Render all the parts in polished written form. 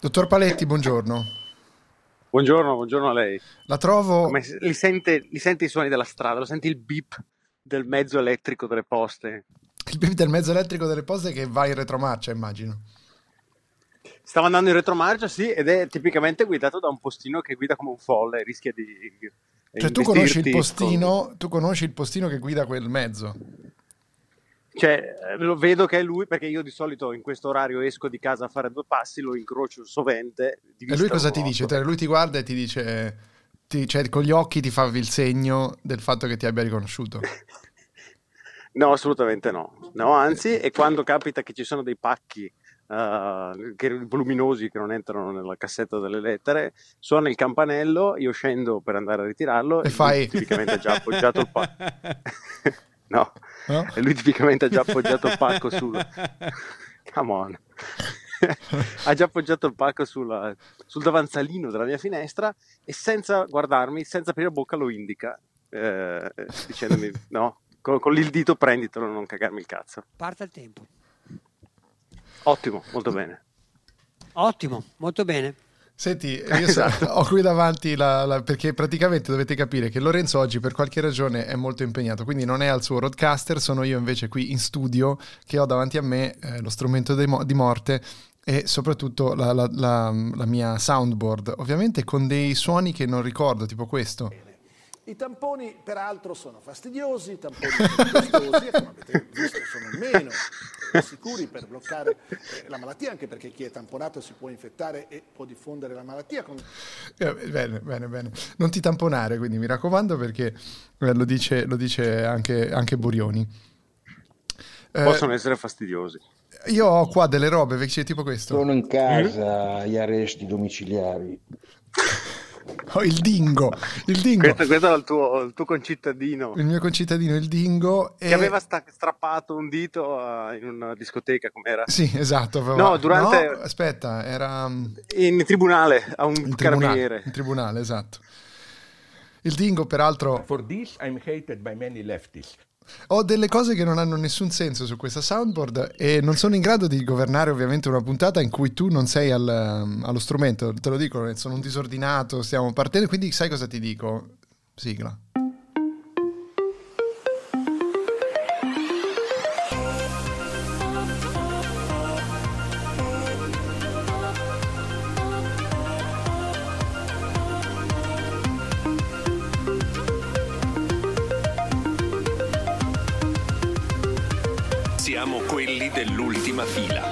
Dottor Paletti, buongiorno. Buongiorno, buongiorno a lei. La trovo. Li sente i suoni della strada, lo senti il beep del mezzo elettrico delle poste? Il bip del mezzo elettrico delle poste che va in retromarcia, immagino. Stava andando in retromarcia, sì, ed è tipicamente guidato da un postino che guida come un folle, rischia di Cioè, tu conosci il investirti con... postino, tu conosci il postino che guida quel mezzo. Cioè, lo vedo che è lui, perché io di solito in questo orario esco di casa a fare due passi, lo incrocio sovente, di E lui vista lo cosa ti dice? conosco. Cioè, lui ti guarda e ti dice, cioè, con gli occhi ti fa il segno del fatto che ti abbia riconosciuto. No, assolutamente no. No, anzi, e quando capita che ci sono dei pacchi voluminosi che non entrano nella cassetta delle lettere, suona il campanello, io scendo per andare a ritirarlo E e lui fai... tipicamente ha già appoggiato il pacco. No, No? e lui tipicamente ha già appoggiato il pacco sul... Come on. Ha già appoggiato il pacco sul davanzalino della mia finestra e senza guardarmi, senza aprire bocca lo indica, dicendomi no, con il dito prenditelo, non cagarmi il cazzo. Parta il tempo. Ottimo, molto bene. Ottimo, molto bene. Senti, io Esatto. ho qui davanti perché praticamente dovete capire che Lorenzo oggi per qualche ragione è molto impegnato, quindi non è al suo roadcaster, sono io invece qui in studio che ho davanti a me lo strumento di morte e soprattutto la mia soundboard, ovviamente con dei suoni che non ricordo, tipo questo. I tamponi peraltro sono fastidiosi, i tamponi sono costosi e come avete visto sono meno sicuri per bloccare la malattia, anche perché chi è tamponato si può infettare e può diffondere la malattia. Bene, bene, bene. Non ti tamponare, quindi mi raccomando perché lo dice anche Burioni. Possono essere fastidiosi. Io ho qua delle robe, vecchie, tipo questo. Sono in casa agli arresti domiciliari. Ho il dingo. Questo era il tuo concittadino Il mio concittadino, il dingo. che aveva strappato un dito in una discoteca, com'era? Sì, esatto. No, durante... No, aspetta, era... In tribunale, a un in carabiniere. tribunale, esatto. Il dingo, peraltro... For this I'm hated by many leftists. Ho delle cose che non hanno nessun senso su questa soundboard e non sono in grado di governare ovviamente una puntata in cui tu non sei allo strumento, te lo dico, sono un disordinato, stiamo partendo, quindi sai cosa ti dico? Sigla. Siamo quelli dell'ultima fila.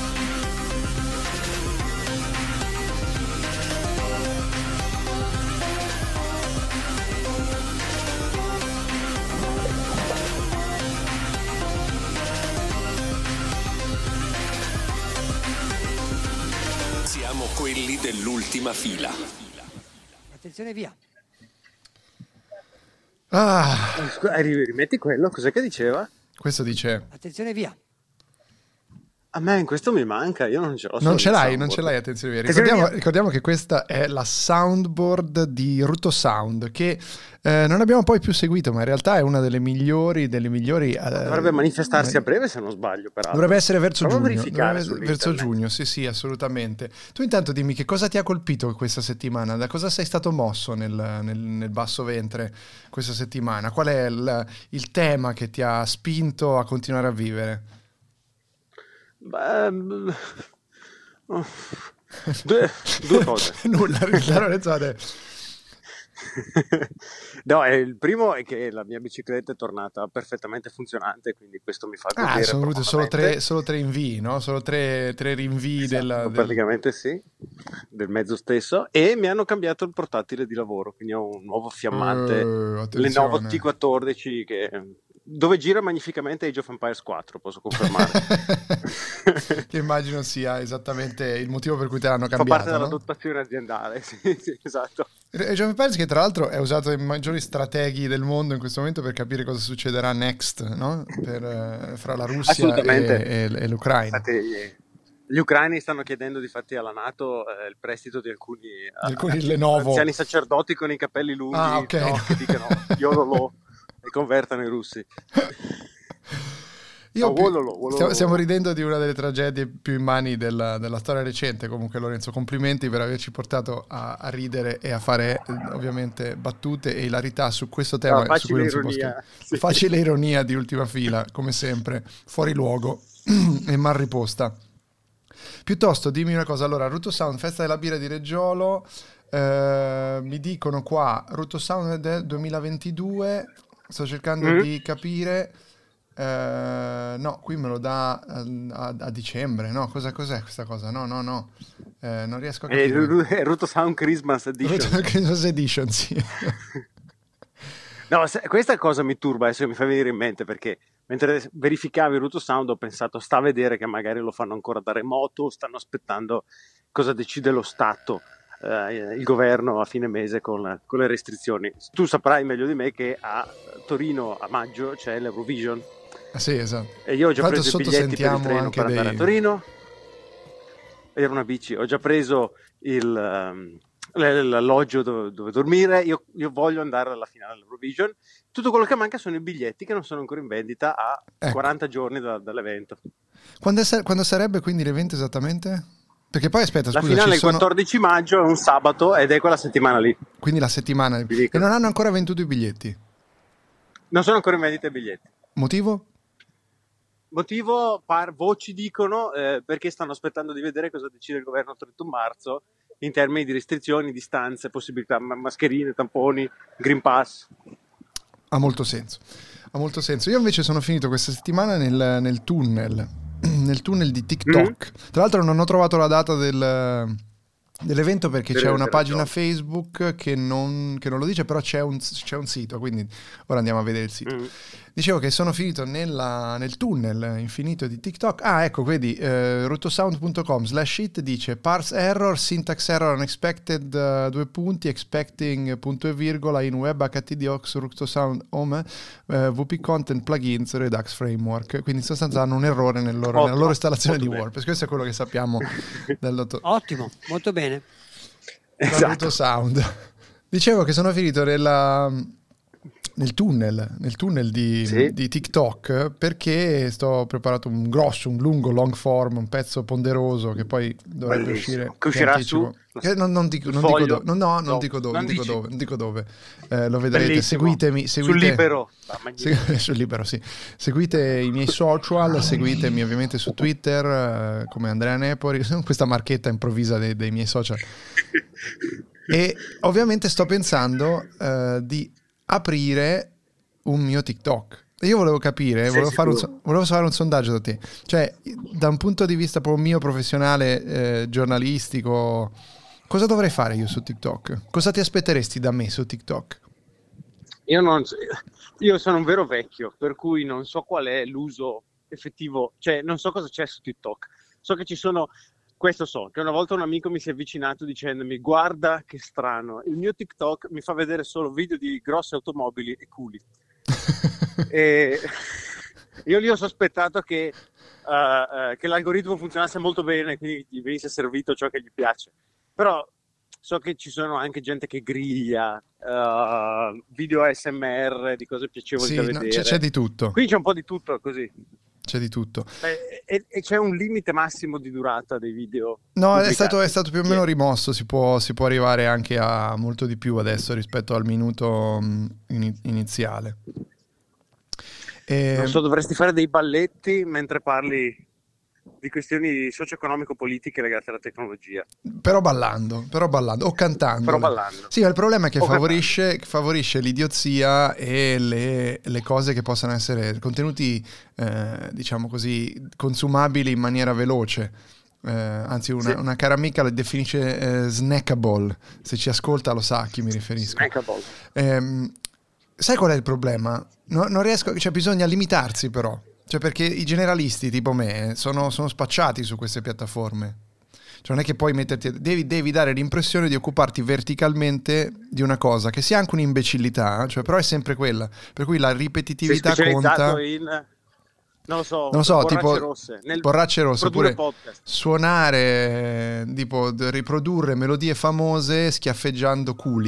Siamo quelli dell'ultima fila. Attenzione, via. Ah, Rimetti quello, cos'è che diceva? questo dice... Attenzione, via. A me in questo mi manca, io non ce l'ho. Non ce l'hai, soundboard. attenzione. Attenzione via. Ricordiamo che questa è la soundboard di Ruto Sound, che non abbiamo poi più seguito, ma in realtà è una delle migliori. Dovrebbe manifestarsi a breve, se non sbaglio, peraltro. Dovrebbe essere verso Prova a giugno. verificare Verso sull'internet. giugno, sì, assolutamente. Tu intanto dimmi che cosa ti ha colpito questa settimana, da cosa sei stato mosso nel basso ventre questa settimana? Qual è il tema che ti ha spinto a continuare a vivere? Beh, due cose. Nulla, Lorenzo, No, il primo è che la mia bicicletta è tornata perfettamente funzionante, quindi questo mi fa godere sono venuti profondamente. solo tre invii, no? Solo tre rinvii Esatto, praticamente sì, del mezzo stesso, e mi hanno cambiato il portatile di avo, quindi ho un nuovo fiammante Lenovo attenzione. T14 dove gira magnificamente Age of Empires 4, posso confermare. Che immagino sia esattamente il motivo per cui te l'hanno Fa cambiato, parte della no? dotazione aziendale, sì, esatto. Age of Empires che tra l'altro è usato dai maggiori strateghi del mondo in questo momento per capire cosa succederà next, no? Fra la Russia Assolutamente. e l'Ucraina. Infatti, gli ucraini stanno chiedendo difatti alla NATO il prestito di alcuni Lenovo anziani sacerdoti con i capelli lunghi, ah, ok. no, che dicano YOLO e convertano i russi. Stiamo ridendo di una delle tragedie più immani della storia recente. Comunque, Lorenzo, complimenti per averci portato a ridere e a fare ovviamente battute e ilarità su questo tema. No, su cui non si può scherzare. Sì. Facile ironia di Ultima Fila, come sempre, fuori luogo e mal riposta. Piuttosto, dimmi una cosa. Allora, Ruto Sound, Festa della Birra di Reggiolo, mi dicono qua, Ruto Sound del 2022, sto cercando di capire. No, qui me lo dà a dicembre. No, cos'è questa cosa? No, non riesco a capire. È Ruto Sound Christmas Edition. Ruto Christmas Edition, sì. No, questa cosa mi turba, adesso mi fa venire in mente, perché mentre verificavi Ruto Sound ho pensato, sta a vedere che magari lo fanno ancora da remoto, stanno aspettando cosa decide lo Stato, il governo a fine mese con le restrizioni. Tu saprai meglio di me che a Torino a maggio c'è l'Eurovision. Sì, esatto. E io ho già preso i biglietti per il treno per andare a Torino. Era una bici. Ho già preso l'alloggio dove dormire. Io voglio andare alla finale dell'Eurovision. Tutto quello che manca sono i biglietti che non sono ancora in vendita a 40 giorni dall'evento. Quando sarebbe quindi l'evento esattamente? Perché poi aspetta, scusa, la finale è il 14 maggio, è un sabato ed è quella settimana lì. Quindi la settimana. E non hanno ancora venduto i biglietti? Non sono ancora in vendita i biglietti. Motivo? Voci dicono perché stanno aspettando di vedere cosa decide il governo il 31 marzo in termini di restrizioni, distanze, possibilità, mascherine, tamponi, Green Pass. Ha molto senso. Io invece sono finito questa settimana nel tunnel di TikTok. Tra l'altro non ho trovato la data dell'evento perché c'è una pagina Facebook che non lo dice, però c'è un sito, quindi ora andiamo a vedere il sito. Dicevo che sono finito nel tunnel infinito di TikTok. Ecco, vedi, rutosound.com/it dice parse error, syntax error unexpected, expecting punto e virgola in web htdocs rutosound home wp content plugins redux framework. Quindi in sostanza hanno un errore nella loro installazione di WordPress. Questo è quello che sappiamo Ottimo, molto bene. Esatto. Ruto Sound. Dicevo che sono finito nel tunnel di TikTok perché sto preparato un lungo long form, un pezzo ponderoso che poi dovrebbe uscire, che uscirà su non dico dove, lo vedrete. Bellissimo. Seguitemi sul Libero. Sul Libero, sì. Seguite i miei social, seguitemi ovviamente su Twitter come Andrea Nepori, questa marchetta improvvisa dei miei social. E ovviamente sto pensando di aprire un mio TikTok. Io volevo capire, volevo fare un sondaggio da te. Cioè, da un punto di vista proprio mio professionale, giornalistico, cosa dovrei fare io su TikTok? Cosa ti aspetteresti da me su TikTok? Io sono un vero vecchio, per cui non so qual è l'uso effettivo, cioè non so cosa c'è su TikTok. So che ci sono... Questo so, che una volta un amico mi si è avvicinato dicendomi guarda che strano, il mio TikTok mi fa vedere solo video di grosse automobili e culi. E io lì ho sospettato che l'algoritmo funzionasse molto bene, quindi gli venisse servito ciò che gli piace. Però so che ci sono anche gente che griglia, video ASMR di cose piacevoli da vedere. C'è di tutto. Qui c'è un po' di tutto così. C'è di tutto. E c'è un limite massimo di durata dei video? No, è stato più o meno rimosso, si può arrivare anche a molto di più adesso rispetto al minuto iniziale. Non so, dovresti fare dei balletti mentre parli di questioni socio-economico-politiche legate alla tecnologia. Però ballando o cantando. Però ballando. Sì, ma il problema è che favorisce l'idiozia e le cose che possano essere contenuti, diciamo così, consumabili in maniera veloce. Anzi, una cara amica lo definisce snackable. Se ci ascolta lo sa a chi mi riferisco. Snackable. Sai qual è il problema? Non riesco, cioè bisogna limitarsi però. Cioè perché i generalisti tipo me sono spacciati su queste piattaforme. Cioè non è che puoi metterti... Devi dare l'impressione di occuparti verticalmente di una cosa che sia anche un'imbecillità, cioè però è sempre quella. Per cui la ripetitività conta... Non lo so, borracce tipo rosse, borracce rosse, oppure podcast. Suonare, tipo riprodurre melodie famose schiaffeggiando culi.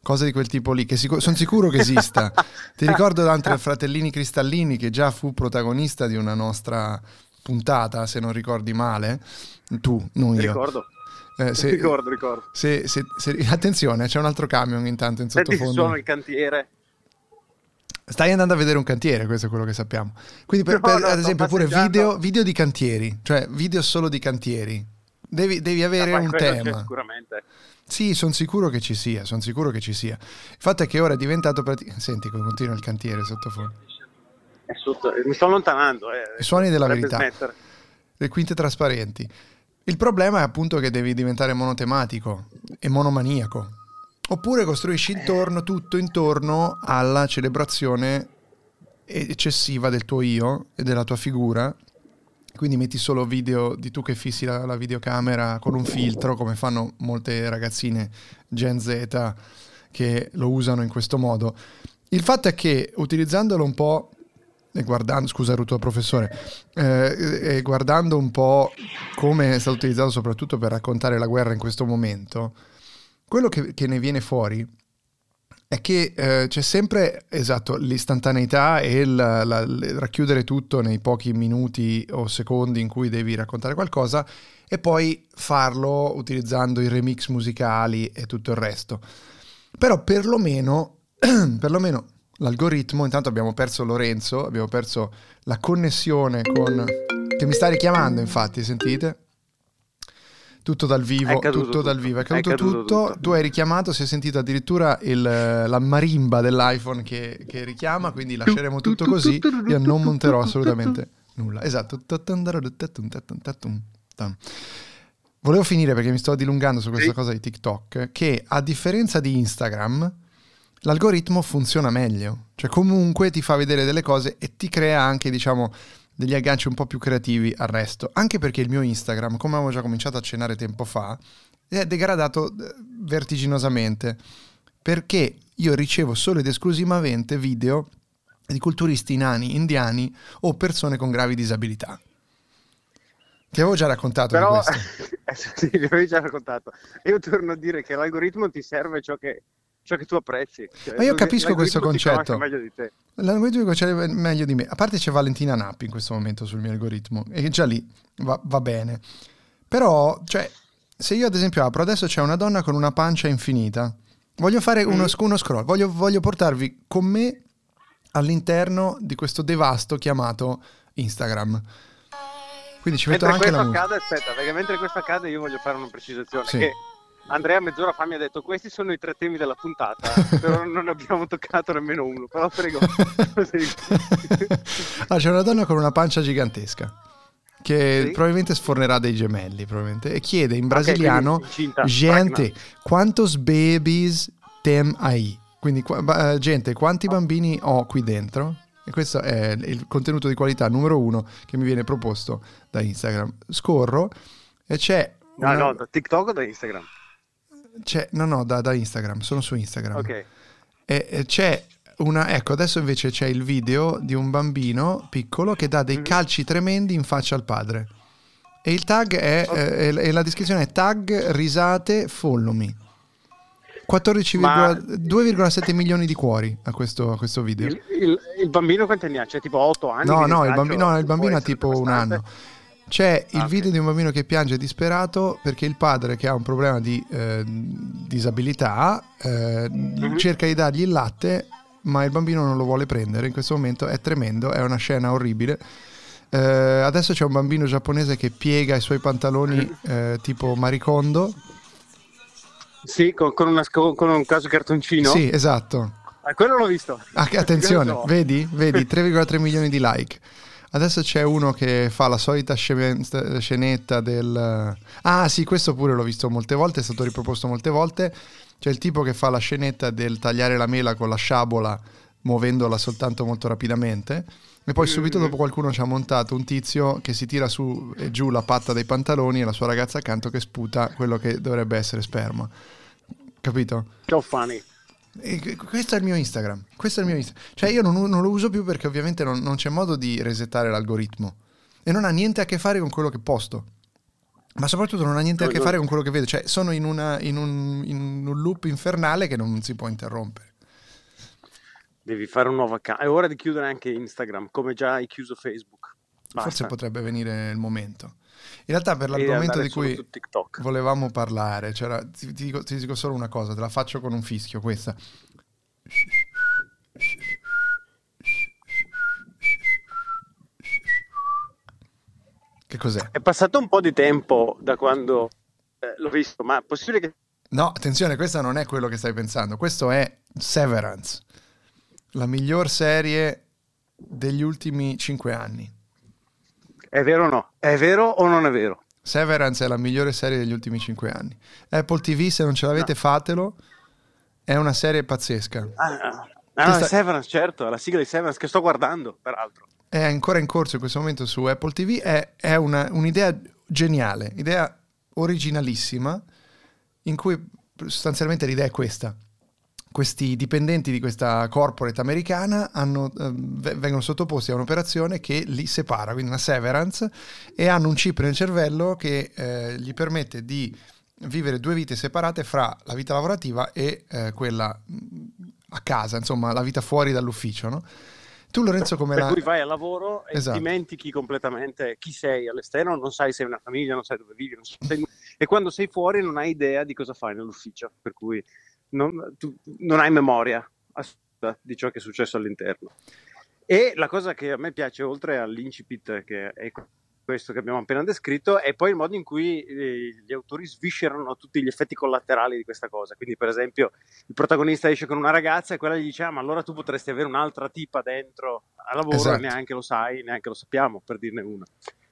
cose di quel tipo lì, che sono sicuro che esista. Ti ricordo Dante Fratellini Cristallini, che già fu protagonista di una nostra puntata, se non ricordi male, tu, non io. Ricordo. Ricordo. Attenzione, c'è un altro camion intanto in sottofondo. Sono il cantiere. Stai andando a vedere un cantiere, questo è quello che sappiamo. Quindi ad esempio pure video di cantieri, cioè video solo di cantieri. Devi avere un tema. Sicuramente. Sì, sono sicuro che ci sia. Il fatto è che ora è diventato senti, continua il cantiere sottofondo. Mi sto allontanando. I suoni della Dovrebbe verità. smettere. Le quinte trasparenti. Il problema è appunto che devi diventare monotematico e monomaniaco. Oppure costruisci tutto intorno alla celebrazione eccessiva del tuo io e della tua figura. Quindi metti solo video di tu che fissi la videocamera con un filtro, come fanno molte ragazzine Gen Z che lo usano in questo modo. Il fatto è che utilizzandolo un po' e guardando, scusa Ruto professore, e guardando un po' come è stato utilizzato soprattutto per raccontare la guerra in questo momento, quello che ne viene fuori è che c'è sempre, esatto, l'istantaneità e il racchiudere tutto nei pochi minuti o secondi in cui devi raccontare qualcosa e poi farlo utilizzando i remix musicali e tutto il resto. Però perlomeno l'algoritmo, intanto abbiamo perso Lorenzo, abbiamo perso la connessione che mi sta richiamando, infatti, sentite? Tutto dal vivo, è caduto tutto. Tu hai richiamato, si è sentito addirittura la marimba dell'iPhone che richiama, quindi lasceremo tutto così, io non monterò assolutamente nulla. Esatto. Volevo finire perché mi sto dilungando su questa cosa di TikTok, che a differenza di Instagram l'algoritmo funziona meglio, cioè comunque ti fa vedere delle cose e ti crea anche, diciamo, degli agganci un po' più creativi al resto, anche perché il mio Instagram, come avevo già cominciato a accennare tempo fa, è degradato vertiginosamente, perché io ricevo solo ed esclusivamente video di culturisti nani, indiani o persone con gravi disabilità. Ti avevo già raccontato di questo. Sì, ti avevo già raccontato. Io torno a dire che l'algoritmo ti serve ciò che tu apprezzi. Cioè, ma io capisco questo concetto. Meglio di te. L'algoritmo conosce meglio di me. A parte c'è Valentina Nappi in questo momento sul mio algoritmo e già lì va bene. Però, cioè, se io ad esempio apro, adesso c'è una donna con una pancia infinita, voglio fare uno scroll, voglio portarvi con me all'interno di questo devasto chiamato Instagram. Quindi ci metto anche la musica. Aspetta, perché mentre questo accade io voglio fare una precisazione. Sì. Che Andrea mezz'ora fa mi ha detto questi sono i 3 temi della puntata, però non ne abbiamo toccato nemmeno uno, però prego. C'è una donna con una pancia gigantesca che probabilmente sfornerà dei gemelli probabilmente, e chiede in brasiliano gente quantos babies tem aí, quindi gente quanti bambini ho qui dentro. E questo è il contenuto di qualità numero 1 che mi viene proposto da Instagram. Scorro e c'è no, da TikTok o da Instagram? Da Instagram, sono su Instagram. Ok. E c'è ecco, adesso invece c'è il video di un bambino piccolo che dà dei calci tremendi in faccia al padre. E il tag e la descrizione è tag risate follow me. 2,7 milioni di cuori a questo video. Il bambino quanti anni ha? Cioè tipo 8 anni? No, il bambino ha tipo un anno. C'è il video di un bambino che piange disperato perché il padre, che ha un problema di disabilità, cerca di dargli il latte, ma il bambino non lo vuole prendere. In questo momento è tremendo, è una scena orribile. Adesso c'è un bambino giapponese che piega i suoi pantaloni tipo Maricondo. Sì, con un caso cartoncino. Sì, esatto. Quello l'ho visto. Attenzione, vedi? 3,3 milioni di like. Adesso c'è uno che fa la solita scenetta del... Ah sì, questo pure l'ho visto molte volte, è stato riproposto molte volte. C'è il tipo che fa la scenetta del tagliare la mela con la sciabola, muovendola soltanto molto rapidamente. E poi subito dopo qualcuno ci ha montato un tizio che si tira su e giù la patta dei pantaloni e la sua ragazza accanto che sputa quello che dovrebbe essere sperma. Capito? So funny. E questo è il mio Instagram. Cioè io non lo uso più perché ovviamente non c'è modo di resettare l'algoritmo e non ha niente a che fare con quello che posto. Ma soprattutto non ha niente a che fare con quello che vedo, cioè sono in un loop infernale che non si può interrompere. Devi fare un nuovo account. È ora di chiudere anche Instagram, come già hai chiuso Facebook. Basta. Forse potrebbe venire il momento. In realtà per l'argomento di cui volevamo parlare, ti dico solo una cosa, te la faccio con un fischio questa. Che cos'è? È passato un po' di tempo da quando l'ho visto, ma è possibile che... No, attenzione, questa non è quello che stai pensando. Questo è Severance, la miglior serie degli ultimi 5 anni. È vero o no? È vero o non è vero? Severance è la migliore serie degli ultimi 5 anni. Apple TV, se non ce l'avete, fatelo. È una serie pazzesca. Severance, certo, la sigla di Severance che sto guardando, peraltro. È ancora in corso in questo momento su Apple TV, è un'idea geniale, idea originalissima, in cui sostanzialmente l'idea è questa. Questi dipendenti di questa corporate americana vengono sottoposti a un'operazione che li separa, quindi una severance, e hanno un chip nel cervello che gli permette di vivere 2 vite separate fra la vita lavorativa e quella a casa, insomma la vita fuori dall'ufficio, no? Tu, Lorenzo, come per cui vai al lavoro e esatto. dimentichi completamente chi sei all'esterno, non sai se hai una famiglia, non sai dove vivi, e quando sei fuori non hai idea di cosa fai nell'ufficio, per cui tu non hai memoria di ciò che è successo all'interno. E la cosa che a me piace, oltre all'incipit, che è questo che abbiamo appena descritto, è poi il modo in cui gli autori sviscerano tutti gli effetti collaterali di questa cosa. Quindi, per esempio, il protagonista esce con una ragazza e quella gli dice: ma allora tu potresti avere un'altra tipa dentro al lavoro, esatto. E neanche lo sai, neanche lo sappiamo, per dirne una.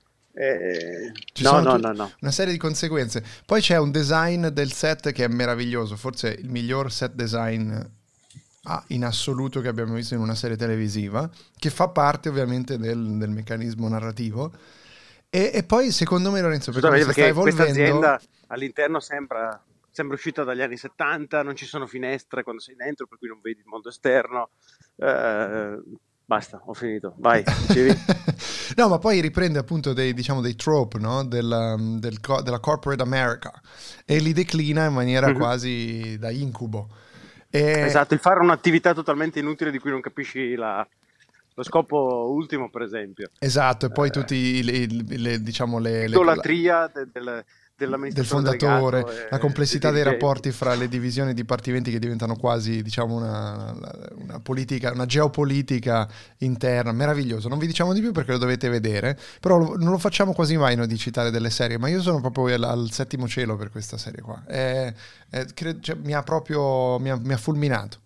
No. Una serie di conseguenze. Poi c'è un design del set che è meraviglioso, forse il miglior set design in assoluto che abbiamo visto in una serie televisiva, che fa parte ovviamente del meccanismo narrativo. E poi secondo me, Lorenzo, perché sta evolvendo, questa azienda all'interno sembra uscita dagli anni 70, non ci sono finestre quando sei dentro, per cui non vedi il mondo esterno. Basta, ho finito. Vai, dicevi? No, ma poi riprende appunto dei trope, no? della corporate America, e li declina in maniera quasi da incubo. Esatto, il fare un'attività totalmente inutile di cui non capisci lo scopo ultimo, per esempio. Esatto, e poi tutti l'idolatria del fondatore, la complessità dei rapporti fra le divisioni e i dipartimenti che diventano quasi, diciamo, una politica, una geopolitica interna. Meraviglioso. Non vi diciamo di più perché lo dovete vedere, però non lo facciamo quasi mai noi di citare delle serie, ma io sono proprio al settimo cielo per questa serie qua. Mi ha fulminato.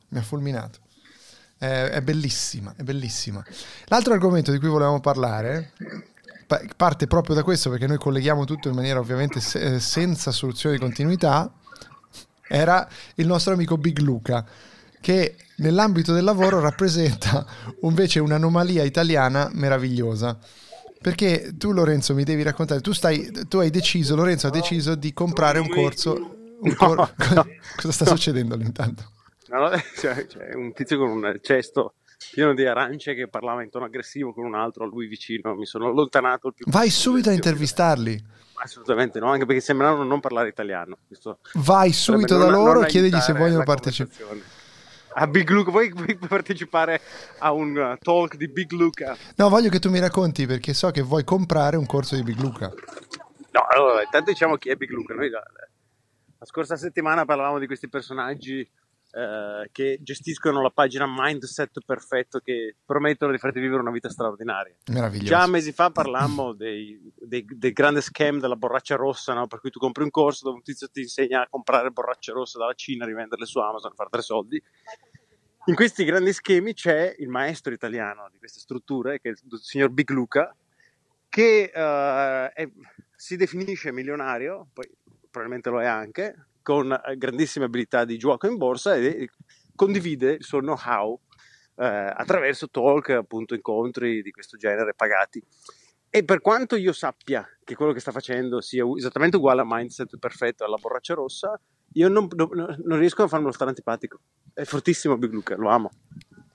È bellissima, è bellissima. L'altro argomento di cui volevamo parlare parte proprio da questo, perché noi colleghiamo tutto in maniera ovviamente senza soluzione di continuità. Era il nostro amico Big Luca, che nell'ambito del lavoro rappresenta invece un'anomalia italiana meravigliosa. Perché tu, Lorenzo, mi devi raccontare, Lorenzo ha deciso di comprare un corso. No. Cosa sta succedendo intanto? No, c'è un tizio con un cesto pieno di arance che parlava in tono aggressivo con un altro a lui vicino. Mi sono allontanato il più Vai subito a intervistarli. Assolutamente no, anche perché sembrano non parlare italiano. Vai subito da loro e chiedegli se vogliono partecipare. A Big Luca, vuoi partecipare a un talk di Big Luca? No, voglio che tu mi racconti, perché so che vuoi comprare un corso di Big Luca. No, allora, intanto diciamo chi è Big Luca. Noi la scorsa settimana parlavamo di questi personaggi che gestiscono la pagina Mindset Perfetto, che promettono di farti vivere una vita straordinaria. Meraviglioso. Già mesi fa parlammo del grande scam della borraccia rossa, no? Per cui tu compri un corso dove un tizio ti insegna a comprare borracce rosse dalla Cina, rivenderle su Amazon e fare 3 soldi. In questi grandi schemi c'è il maestro italiano di queste strutture, che è il signor Big Luca, che si definisce milionario, poi probabilmente lo è anche, con grandissime abilità di gioco in borsa, e condivide il suo know-how attraverso talk, appunto incontri di questo genere pagati. E per quanto io sappia che quello che sta facendo sia esattamente uguale a Mindset Perfetto, alla borraccia rossa, io non riesco a farmelo stare antipatico. È fortissimo Big Luca, lo amo.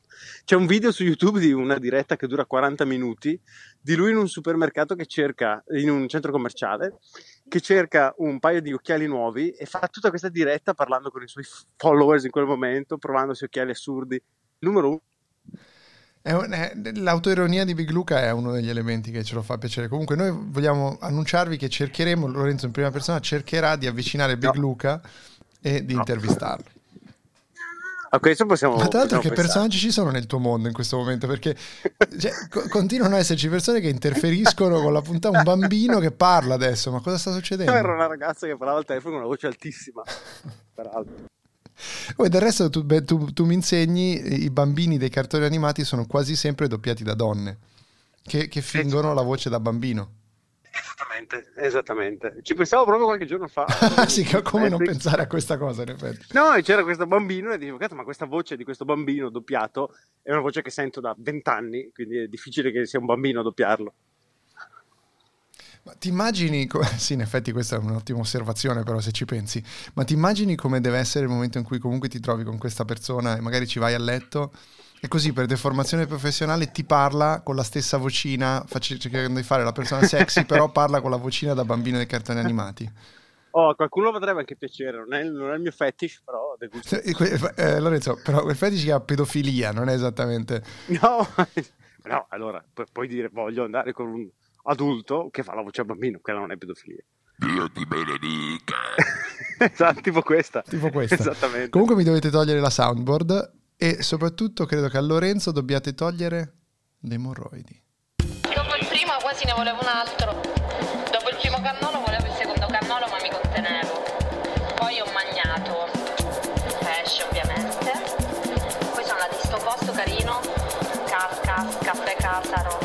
C'è un video su YouTube di una diretta che dura 40 minuti di lui in un supermercato che cerca, in un centro commerciale, che cerca un paio di occhiali nuovi e fa tutta questa diretta parlando con i suoi followers in quel momento, provandosi occhiali assurdi. Numero 1. L'autoironia di Big Luca è uno degli elementi che ce lo fa piacere. Comunque noi vogliamo annunciarvi che cercheremo, Lorenzo in prima persona cercherà di avvicinare Big Luca e di intervistarlo. A questo possiamo. Ma tra l'altro, che pensare. personaggi ci sono nel tuo mondo in questo momento? Perché continuano ad esserci persone che interferiscono con la puntata. Un bambino che parla adesso, ma cosa sta succedendo? Era una ragazza che parlava al telefono con una voce altissima, peraltro. Poi del resto tu mi insegni, i bambini dei cartoni animati sono quasi sempre doppiati da donne che fingono la voce da bambino. Esattamente. Ci pensavo proprio qualche giorno fa. Sì, come non pensare a questa cosa in effetti. No, e c'era questo bambino e dicevo, cazzo, ma questa voce di questo bambino doppiato è una voce che sento da 20 anni, quindi è difficile che sia un bambino a doppiarlo. Ma ti immagini, sì, in effetti questa è un'ottima osservazione, però se ci pensi, ma ti immagini come deve essere il momento in cui comunque ti trovi con questa persona e magari ci vai a letto e così per deformazione professionale ti parla con la stessa vocina, cercando di fare la persona sexy, però parla con la vocina da bambino dei cartoni animati. Oh, qualcuno potrebbe anche piacere, non è il mio fetish, però del gusto. Lorenzo, però quel fetish che ha pedofilia, non è esattamente... No, allora puoi dire voglio andare con un adulto che fa la voce a bambino, quella non è pedofilia. Dio ti benedica. Esatto, tipo questa. Esattamente. Comunque mi dovete togliere la soundboard e soprattutto credo che a Lorenzo dobbiate togliere le emorroidi. Dopo il primo quasi ne volevo un altro. Dopo il primo cannolo volevo il secondo cannolo, ma mi contenevo. Poi ho mangiato pesce, ovviamente. Poi sono andata in sto posto carino. Caffè Cassaro.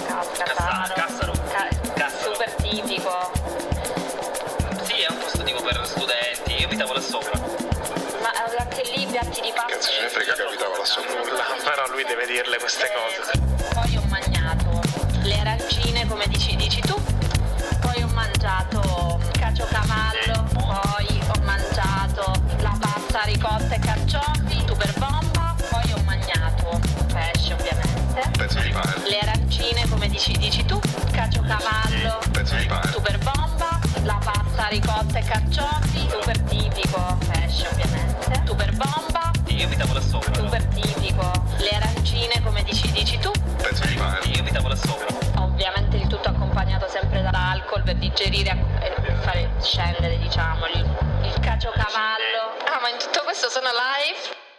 Super tipico. Sì, è un posto tipo per studenti. Io abitavo là sopra. Ma anche lì piatti di pasta. Cazzo ce ne frega che abitava là sopra. Però lui deve dirle queste cose. Poi ho mangiato le arancine come dici tu. Poi ho mangiato caciocavallo. Poi ho mangiato la pasta ricotta e carciofi, super bomba. Poi ho mangiato pesce, ovviamente. Pezzo di pane. Le arancine come dici tu. Caciocavallo. Pezzo di pane. Super bomba. La pasta ricotta e carciofi, super tipico. Pesce, ovviamente. Super bomba. Io abitavo là sopra. Super tipico. Le arancine come dici tu. Pezzo di pane. Io abitavo là sopra. Ovviamente il tutto accompagnato sempre dall'alcol per digerire e per fare scendere, diciamo, il caciocavallo. Ah, ma in tutto questo sono live?